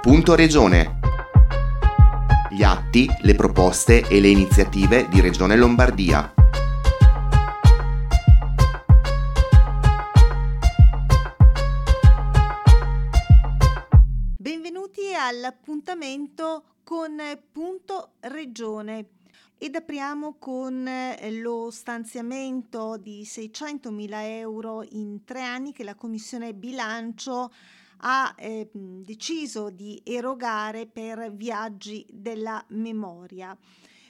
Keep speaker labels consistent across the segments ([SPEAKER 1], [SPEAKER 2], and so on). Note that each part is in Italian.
[SPEAKER 1] Punto Regione. Gli atti, le proposte e le iniziative di Regione Lombardia.
[SPEAKER 2] Benvenuti all'appuntamento con Punto Regione ed apriamo con lo stanziamento di 600.000 euro in 3 anni che la Commissione Bilancio ha deciso di erogare per viaggi della memoria.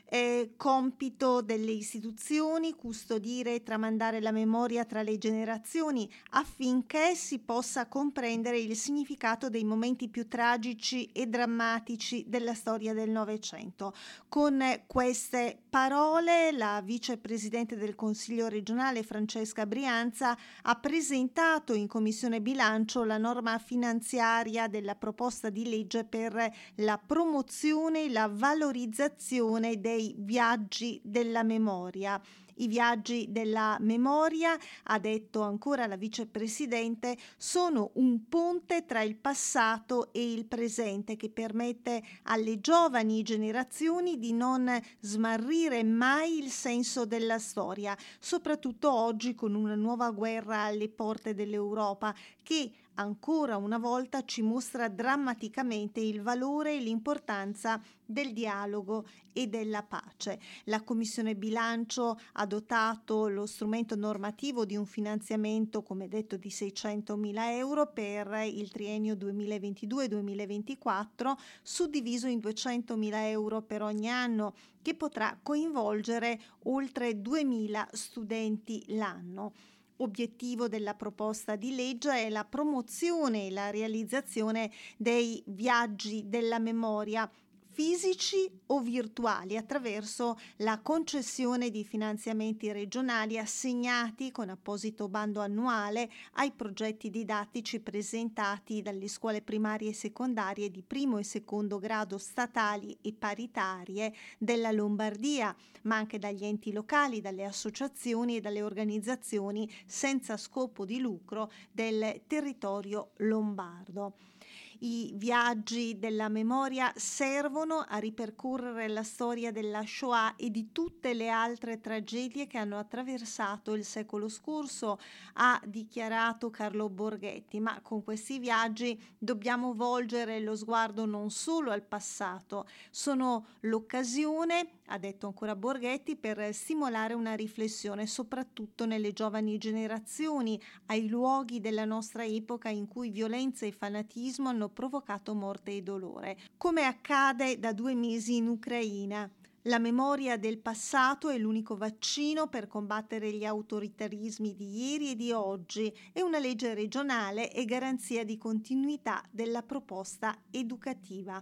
[SPEAKER 2] Compito delle istituzioni custodire e tramandare la memoria tra le generazioni affinché si possa comprendere il significato dei momenti più tragici e drammatici della storia del Novecento. Con queste parole la vicepresidente del Consiglio regionale Francesca Brianza ha presentato in Commissione Bilancio la norma finanziaria della proposta di legge per la promozione e la valorizzazione dei viaggi della memoria. I viaggi della memoria, ha detto ancora la vicepresidente, sono un ponte tra il passato e il presente che permette alle giovani generazioni di non smarrire mai il senso della storia, soprattutto oggi con una nuova guerra alle porte dell'Europa che ancora una volta ci mostra drammaticamente il valore e l'importanza del dialogo e della pace. La Commissione Bilancio ha dotato lo strumento normativo di un finanziamento, come detto, di 600.000 euro per il triennio 2022-2024, suddiviso in 200.000 euro per ogni anno, che potrà coinvolgere oltre 2.000 studenti l'anno. Obiettivo della proposta di legge è la promozione e la realizzazione dei viaggi della memoria fisici o virtuali attraverso la concessione di finanziamenti regionali assegnati con apposito bando annuale ai progetti didattici presentati dalle scuole primarie e secondarie di primo e secondo grado statali e paritarie della Lombardia, ma anche dagli enti locali, dalle associazioni e dalle organizzazioni senza scopo di lucro del territorio lombardo. I viaggi della memoria servono a ripercorrere la storia della Shoah e di tutte le altre tragedie che hanno attraversato il secolo scorso, ha dichiarato Carlo Borghetti, ma con questi viaggi dobbiamo volgere lo sguardo non solo al passato, sono l'occasione, ha detto ancora Borghetti, per stimolare una riflessione soprattutto nelle giovani generazioni ai luoghi della nostra epoca in cui violenza e fanatismo hanno provocato morte e dolore, come accade da 2 mesi in Ucraina. La memoria del passato è l'unico vaccino per combattere gli autoritarismi di ieri e di oggi e una legge regionale è garanzia di continuità della proposta educativa.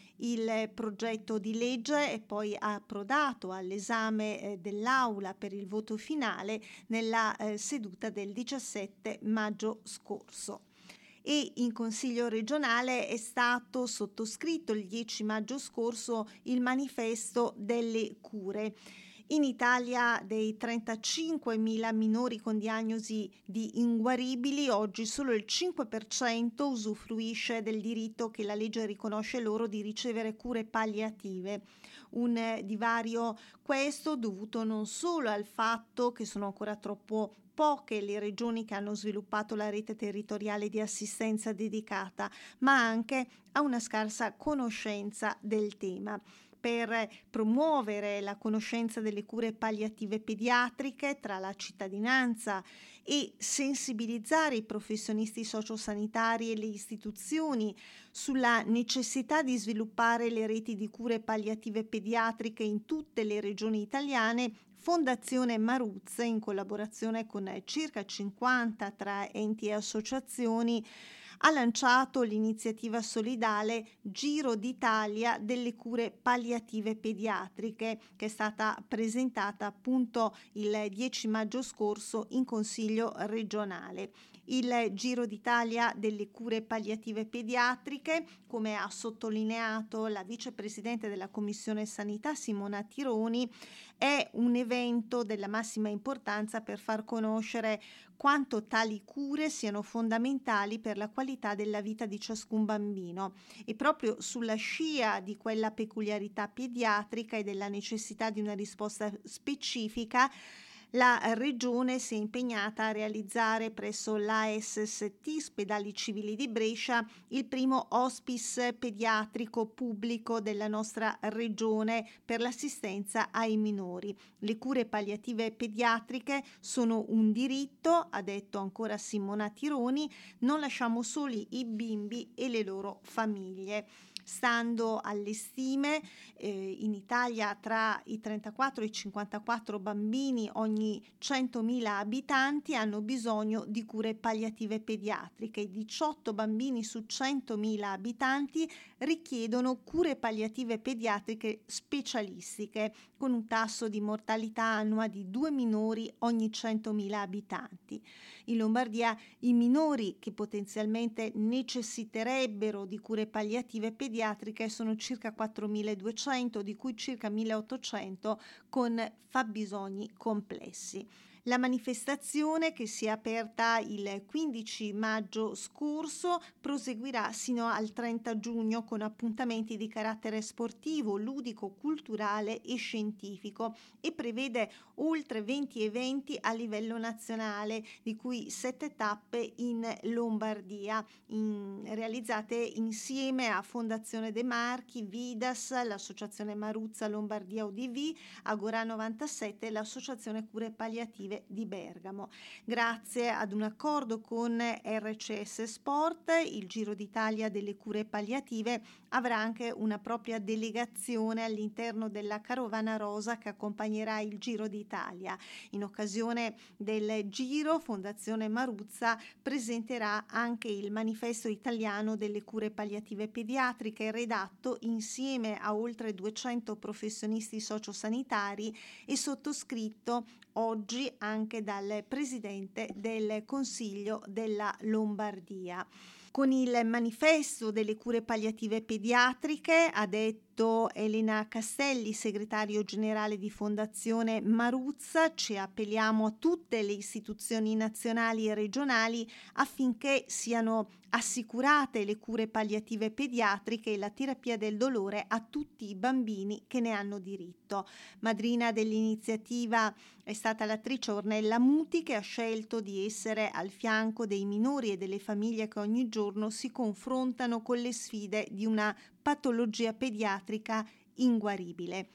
[SPEAKER 2] Il progetto di legge è poi approdato all'esame dell'Aula per il voto finale nella seduta del 17 maggio scorso. E in Consiglio regionale è stato sottoscritto il 10 maggio scorso il manifesto delle cure. In Italia dei 35.000 minori con diagnosi di inguaribili, oggi solo il 5% usufruisce del diritto che la legge riconosce loro di ricevere cure palliative. Un divario questo dovuto non solo al fatto che sono ancora troppo poche le regioni che hanno sviluppato la rete territoriale di assistenza dedicata, ma anche a una scarsa conoscenza del tema. Per promuovere la conoscenza delle cure palliative pediatriche tra la cittadinanza e sensibilizzare i professionisti sociosanitari e le istituzioni sulla necessità di sviluppare le reti di cure palliative pediatriche in tutte le regioni italiane, Fondazione Maruzze, in collaborazione con circa 50 tra enti e associazioni, ha lanciato l'iniziativa solidale Giro d'Italia delle cure palliative pediatriche, che è stata presentata appunto il 10 maggio scorso in Consiglio regionale. Il Giro d'Italia delle cure palliative pediatriche, come ha sottolineato la vicepresidente della Commissione Sanità Simona Tironi, è un evento della massima importanza per far conoscere quanto tali cure siano fondamentali per la qualità della vita di ciascun bambino, e proprio sulla scia di quella peculiarità pediatrica e della necessità di una risposta specifica, la Regione si è impegnata a realizzare presso l'ASST Spedali Civili di Brescia il primo hospice pediatrico pubblico della nostra Regione per l'assistenza ai minori. Le cure palliative pediatriche sono un diritto, ha detto ancora Simona Tironi, non lasciamo soli i bimbi e le loro famiglie. Stando alle stime, in Italia tra i 34 e i 54 bambini ogni 100.000 abitanti hanno bisogno di cure palliative pediatriche e 18 bambini su 100.000 abitanti richiedono cure palliative pediatriche specialistiche, con un tasso di mortalità annua di 2 minori ogni 100.000 abitanti. In Lombardia i minori che potenzialmente necessiterebbero di cure palliative pediatriche sono circa 4.200, di cui circa 1.800 con fabbisogni complessi. La manifestazione, che si è aperta il 15 maggio scorso, proseguirà sino al 30 giugno con appuntamenti di carattere sportivo, ludico, culturale e scientifico, e prevede oltre 20 eventi a livello nazionale, di cui 7 tappe in Lombardia, realizzate insieme a Fondazione De Marchi, Vidas, l'Associazione Maruzza Lombardia ODV, Agora 97 e l'Associazione Cure Palliative di Bergamo. Grazie ad un accordo con RCS Sport, il Giro d'Italia delle cure palliative avrà anche una propria delegazione all'interno della Carovana Rosa che accompagnerà il Giro d'Italia. In occasione del Giro, Fondazione Maruzza presenterà anche il manifesto italiano delle cure palliative pediatriche, redatto insieme a oltre 200 professionisti sociosanitari e sottoscritto oggi anche dal Presidente del Consiglio della Lombardia. Con il manifesto delle cure palliative pediatriche, ha detto Elena Castelli, segretario generale di Fondazione Maruzza, ci appelliamo a tutte le istituzioni nazionali e regionali affinché siano assicurate le cure palliative pediatriche e la terapia del dolore a tutti i bambini che ne hanno diritto. Madrina dell'iniziativa è stata l'attrice Ornella Muti, che ha scelto di essere al fianco dei minori e delle famiglie che ogni giorno si confrontano con le sfide di una patologia pediatrica inguaribile.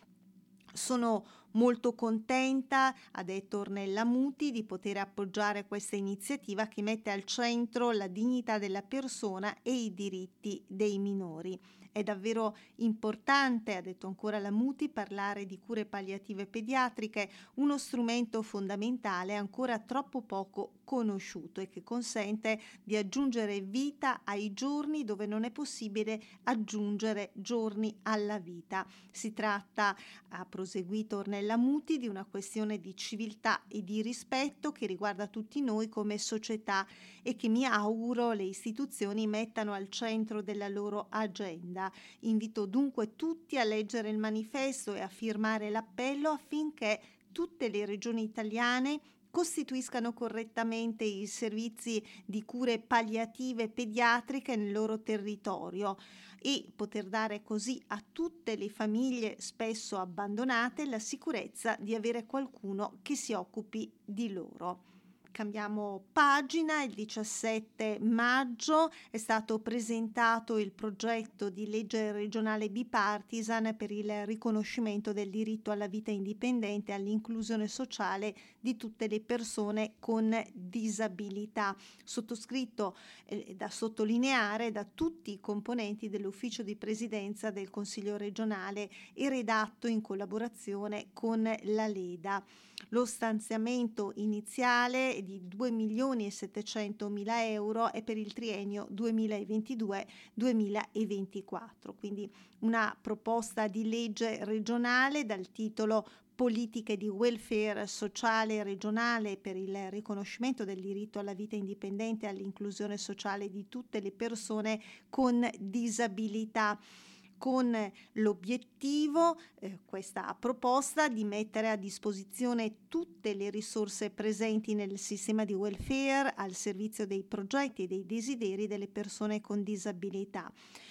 [SPEAKER 2] Sono molto contenta, ha detto Ornella Muti, di poter appoggiare questa iniziativa che mette al centro la dignità della persona e i diritti dei minori. È davvero importante, ha detto ancora la Muti, parlare di cure palliative pediatriche, uno strumento fondamentale ancora troppo poco conosciuto e che consente di aggiungere vita ai giorni dove non è possibile aggiungere giorni alla vita. Si tratta, ha proseguito Ornella Muti, di una questione di civiltà e di rispetto che riguarda tutti noi come società e che mi auguro le istituzioni mettano al centro della loro agenda. Invito dunque tutti a leggere il manifesto e a firmare l'appello affinché tutte le regioni italiane costituiscano correttamente i servizi di cure palliative pediatriche nel loro territorio e poter dare così a tutte le famiglie spesso abbandonate la sicurezza di avere qualcuno che si occupi di loro. Cambiamo pagina. Il 17 maggio è stato presentato il progetto di legge regionale bipartisan per il riconoscimento del diritto alla vita indipendente e all'inclusione sociale di tutte le persone con disabilità, sottoscritto da sottolineare da tutti i componenti dell'ufficio di presidenza del Consiglio regionale e redatto in collaborazione con la Leda. Lo stanziamento iniziale è di 2.700.000 euro e per il triennio 2022-2024. Quindi una proposta di legge regionale dal titolo Politiche di welfare sociale regionale per il riconoscimento del diritto alla vita indipendente e all'inclusione sociale di tutte le persone con disabilità, con l'obiettivo, questa proposta, di mettere a disposizione tutte le risorse presenti nel sistema di welfare al servizio dei progetti e dei desideri delle persone con disabilità.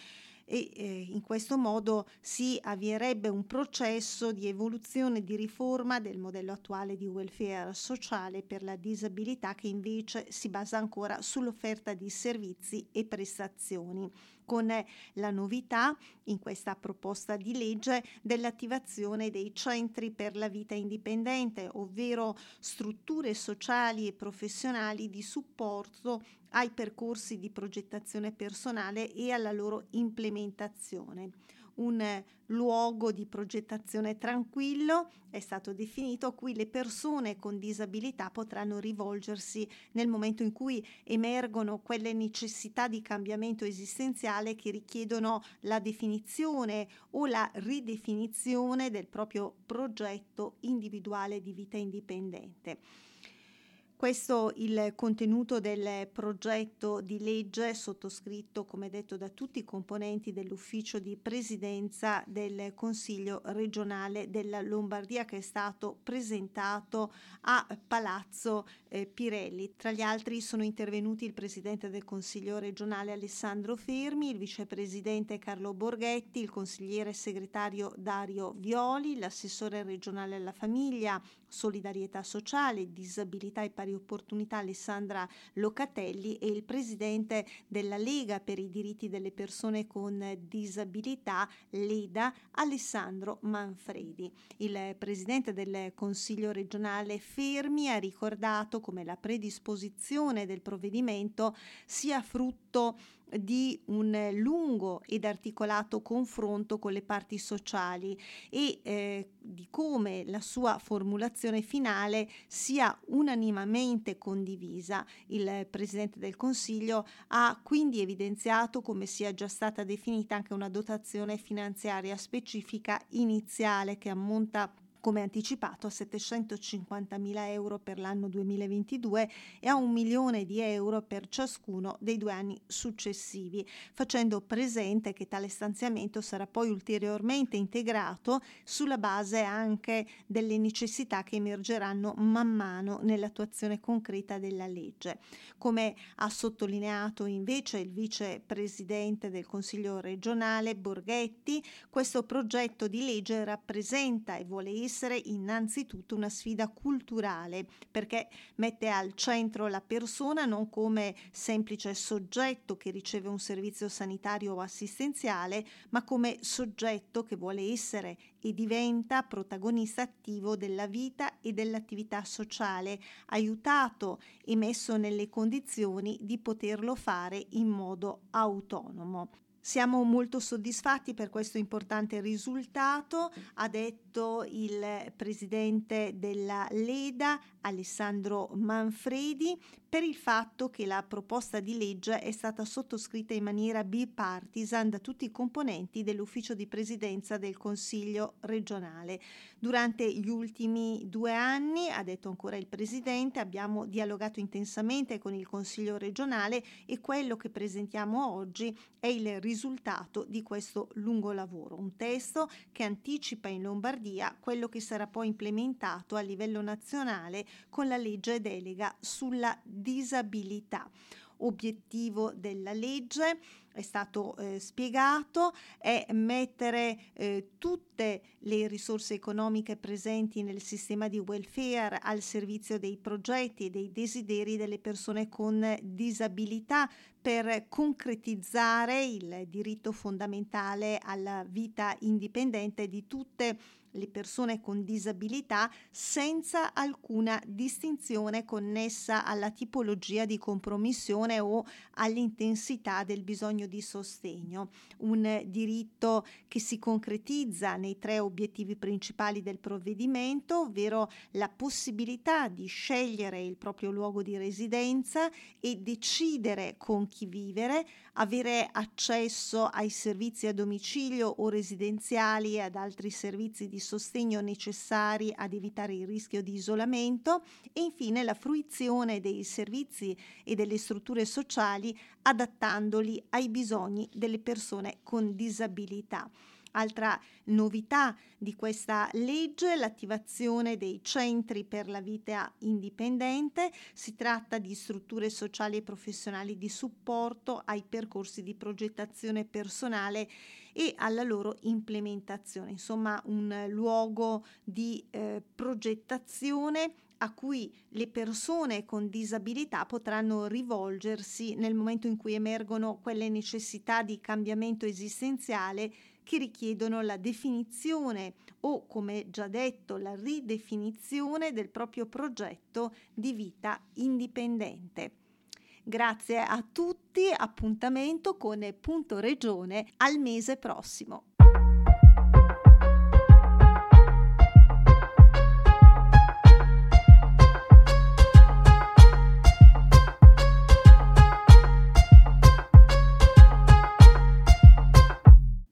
[SPEAKER 2] E in questo modo si avvierebbe un processo di evoluzione e di riforma del modello attuale di welfare sociale per la disabilità, che invece si basa ancora sull'offerta di servizi e prestazioni, con la novità in questa proposta di legge dell'attivazione dei centri per la vita indipendente, ovvero strutture sociali e professionali di supporto ai percorsi di progettazione personale e alla loro implementazione. Un luogo di progettazione tranquillo è stato definito, a cui le persone con disabilità potranno rivolgersi nel momento in cui emergono quelle necessità di cambiamento esistenziale che richiedono la definizione o la ridefinizione del proprio progetto individuale di vita indipendente. Questo il contenuto del progetto di legge, sottoscritto, come detto, da tutti i componenti dell'ufficio di presidenza del Consiglio regionale della Lombardia, che è stato presentato a Palazzo Pirelli. Tra gli altri sono intervenuti il presidente del Consiglio regionale Alessandro Fermi, il vicepresidente Carlo Borghetti, il consigliere segretario Dario Violi, l'assessore regionale alla famiglia, solidarietà sociale, disabilità e pari opportunità Alessandra Locatelli e il presidente della Lega per i diritti delle persone con disabilità, Leda, Alessandro Manfredi. Il presidente del Consiglio regionale Fermi ha ricordato come la predisposizione del provvedimento sia frutto di un lungo ed articolato confronto con le parti sociali e di come la sua formulazione finale sia unanimemente condivisa. Il Presidente del Consiglio ha quindi evidenziato come sia già stata definita anche una dotazione finanziaria specifica iniziale che ammonta, come anticipato, a 750.000 euro per l'anno 2022 e a 1 milione di euro per ciascuno dei 2 anni successivi, facendo presente che tale stanziamento sarà poi ulteriormente integrato sulla base anche delle necessità che emergeranno man mano nell'attuazione concreta della legge. Come ha sottolineato invece il vicepresidente del Consiglio regionale Borghetti, questo progetto di legge rappresenta e vuole essere innanzitutto una sfida culturale, perché mette al centro la persona non come semplice soggetto che riceve un servizio sanitario o assistenziale, ma come soggetto che vuole essere e diventa protagonista attivo della vita e dell'attività sociale, aiutato e messo nelle condizioni di poterlo fare in modo autonomo. Siamo molto soddisfatti per questo importante risultato, ha detto il presidente della Leda, Alessandro Manfredi, per il fatto che la proposta di legge è stata sottoscritta in maniera bipartisan da tutti i componenti dell'ufficio di presidenza del Consiglio regionale. Durante gli ultimi 2 anni, ha detto ancora il presidente, abbiamo dialogato intensamente con il Consiglio regionale e quello che presentiamo oggi è il risultato di questo lungo lavoro, un testo che anticipa in Lombardia quello che sarà poi implementato a livello nazionale con la legge delega sulla disabilità. Obiettivo della legge, è stato spiegato, è mettere tutte le risorse economiche presenti nel sistema di welfare al servizio dei progetti e dei desideri delle persone con disabilità per concretizzare il diritto fondamentale alla vita indipendente di tutte le persone con disabilità, senza alcuna distinzione connessa alla tipologia di compromissione o all'intensità del bisogno bisogno di sostegno, un diritto che si concretizza nei 3 obiettivi principali del provvedimento, ovvero la possibilità di scegliere il proprio luogo di residenza e decidere con chi vivere, avere accesso ai servizi a domicilio o residenziali e ad altri servizi di sostegno necessari ad evitare il rischio di isolamento e infine la fruizione dei servizi e delle strutture sociali adattandoli ai bisogni delle persone con disabilità. Altra novità di questa legge è l'attivazione dei centri per la vita indipendente. Si tratta di strutture sociali e professionali di supporto ai percorsi di progettazione personale e alla loro implementazione, insomma un luogo di progettazione a cui le persone con disabilità potranno rivolgersi nel momento in cui emergono quelle necessità di cambiamento esistenziale che richiedono la definizione o, come già detto, la ridefinizione del proprio progetto di vita indipendente. Grazie a tutti, appuntamento con Punto Regione al mese prossimo.